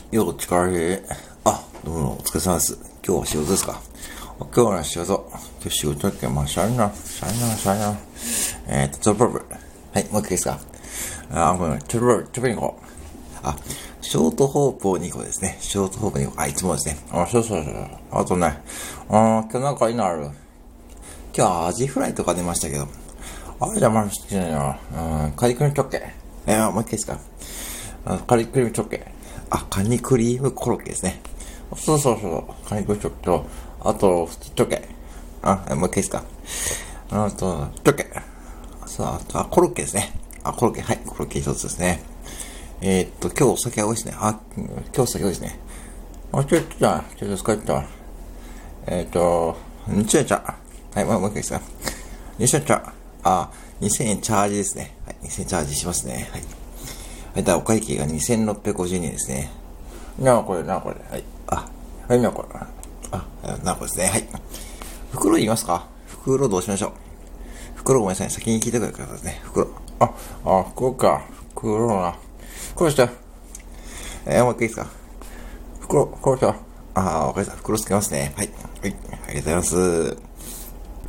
よう、力入れ。どうも、お疲れ様です。今日は仕事ですか？今日は仕事。今日仕事だっけ？まあ、しゃれな。トラブル。はい、もう一回ですか？ごめん、トラブル2個。ショートホープを2個ですね。ショートホープ2個。いつもですね。そう。あとね、今日なんかいいのある？今日はアジフライとか出ましたけど。じゃあまあ好きじゃないな。カニクリームチョッケ。もう一回ですか？カニクリームチョッケ。カニクリームコロッケですね。そう。カニクリームチョッケと、あと、チョッケ。もう一回ですか？チョッケ。あと、コロッケですね。コロッケ、はい、コロッケ一つですね。今日お酒多いですね。今日お酒多いですね。ちょっと疲れた。日円茶。はい、もう一回ですか？日円茶。2000円チャージですね。はい、2000円チャージしますね。はい。はい、お会計が2650円ですね。これ。はい。これ。これですね。はい。袋いりますか？袋どうしましょう？袋ごめんなさい。先に聞いてくださいね。袋。袋か。袋した。もう一回いいですか？袋した。わかりました。袋つけますね。はい。ありがとうございます。